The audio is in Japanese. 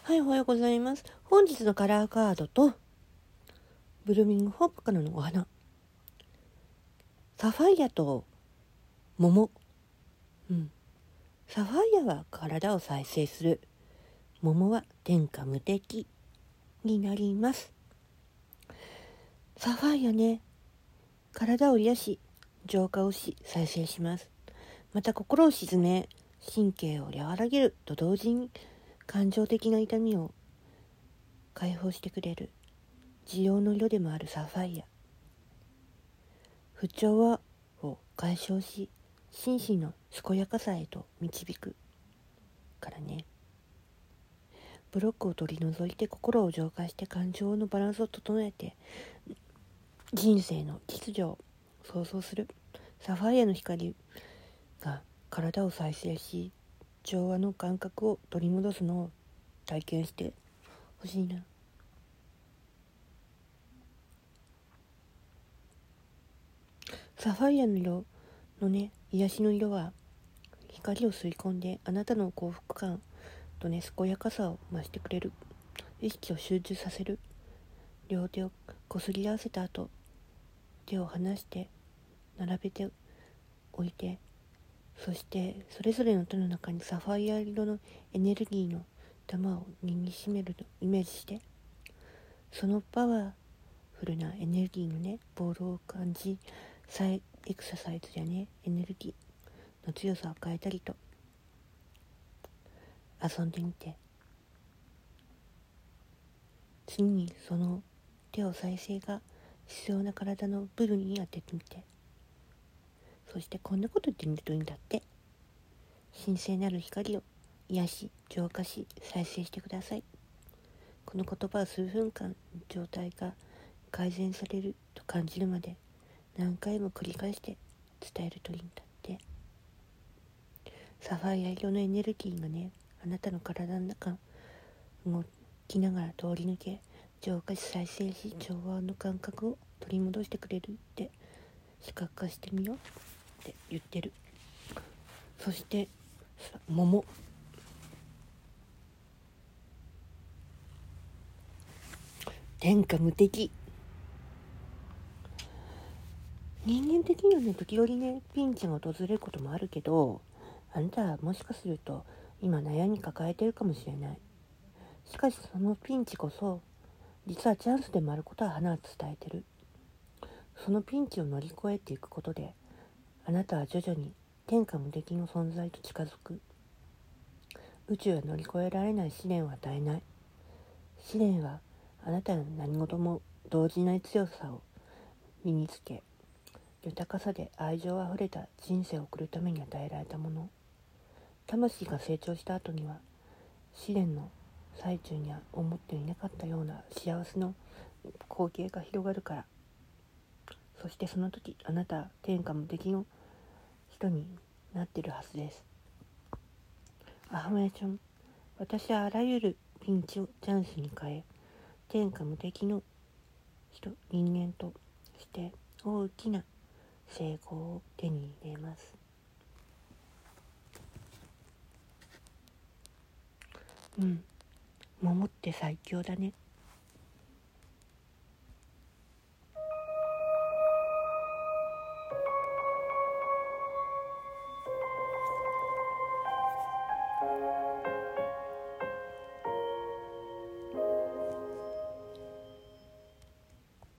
はい、おはようございます。本日のカラーカードと、ブルーミングホープからのお花。サファイアと桃。サファイアは体を再生する。桃は天下無敵になります。サファイアね、体を癒し、浄化をし、再生します。また心を鎮め、神経を和らげると同時に、感情的な痛みを解放してくれる。滋養の色でもあるサファイア。不調を解消し、心身の健やかさへと導くからね。ブロックを取り除いて心を浄化して感情のバランスを整えて人生の秩序を創造する。サファイアの光が体を再生し、調和の感覚を取り戻すのを体験してほしいな。サファイアの色のね、癒しの色は光を吸い込んであなたの幸福感とね、健やかさを増してくれる。意識を集中させる。両手をこすり合わせた後、手を離して並べておいて、そしてそれぞれの手の中にサファイア色のエネルギーの玉を握りしめるのをイメージして、そのパワフルなエネルギーのね、ボールを感じ、エクササイズやね、エネルギーの強さを変えたりと遊んでみて、次にその手を再生が必要な体の部分に当ててみて、そしてこんなこと言ってみるといいんだって。神聖なる光を癒し、浄化し、再生してください。この言葉は数分間状態が改善されると感じるまで何回も繰り返して伝えるといいんだって。サファイア色のエネルギーがね、あなたの体の中動きながら通り抜け、浄化し再生し、調和の感覚を取り戻してくれるって視覚化してみようって言ってる。そして桃、天下無敵。人間的にはね、時折ね、ピンチが訪れることもあるけど、あなたはもしかすると今悩み抱えてるかもしれない。しかしそのピンチこそ実はチャンスでもあることは花は伝えてる。そのピンチを乗り越えていくことで、あなたは徐々に天下無敵の存在と近づく。宇宙は乗り越えられない試練を与えない。試練はあなたの何事も動じない強さを身につけ、豊かさで愛情あふれた人生を送るために与えられたもの。魂が成長した後には、試練の最中には思っていなかったような幸せの光景が広がるから。そしてその時、あなたは天下無敵の人になっているはずです。アファメーション。私はあらゆるピンチをチャンスに変え、天下無敵の人間として大きな成功を手に入れます。桃って最強だね。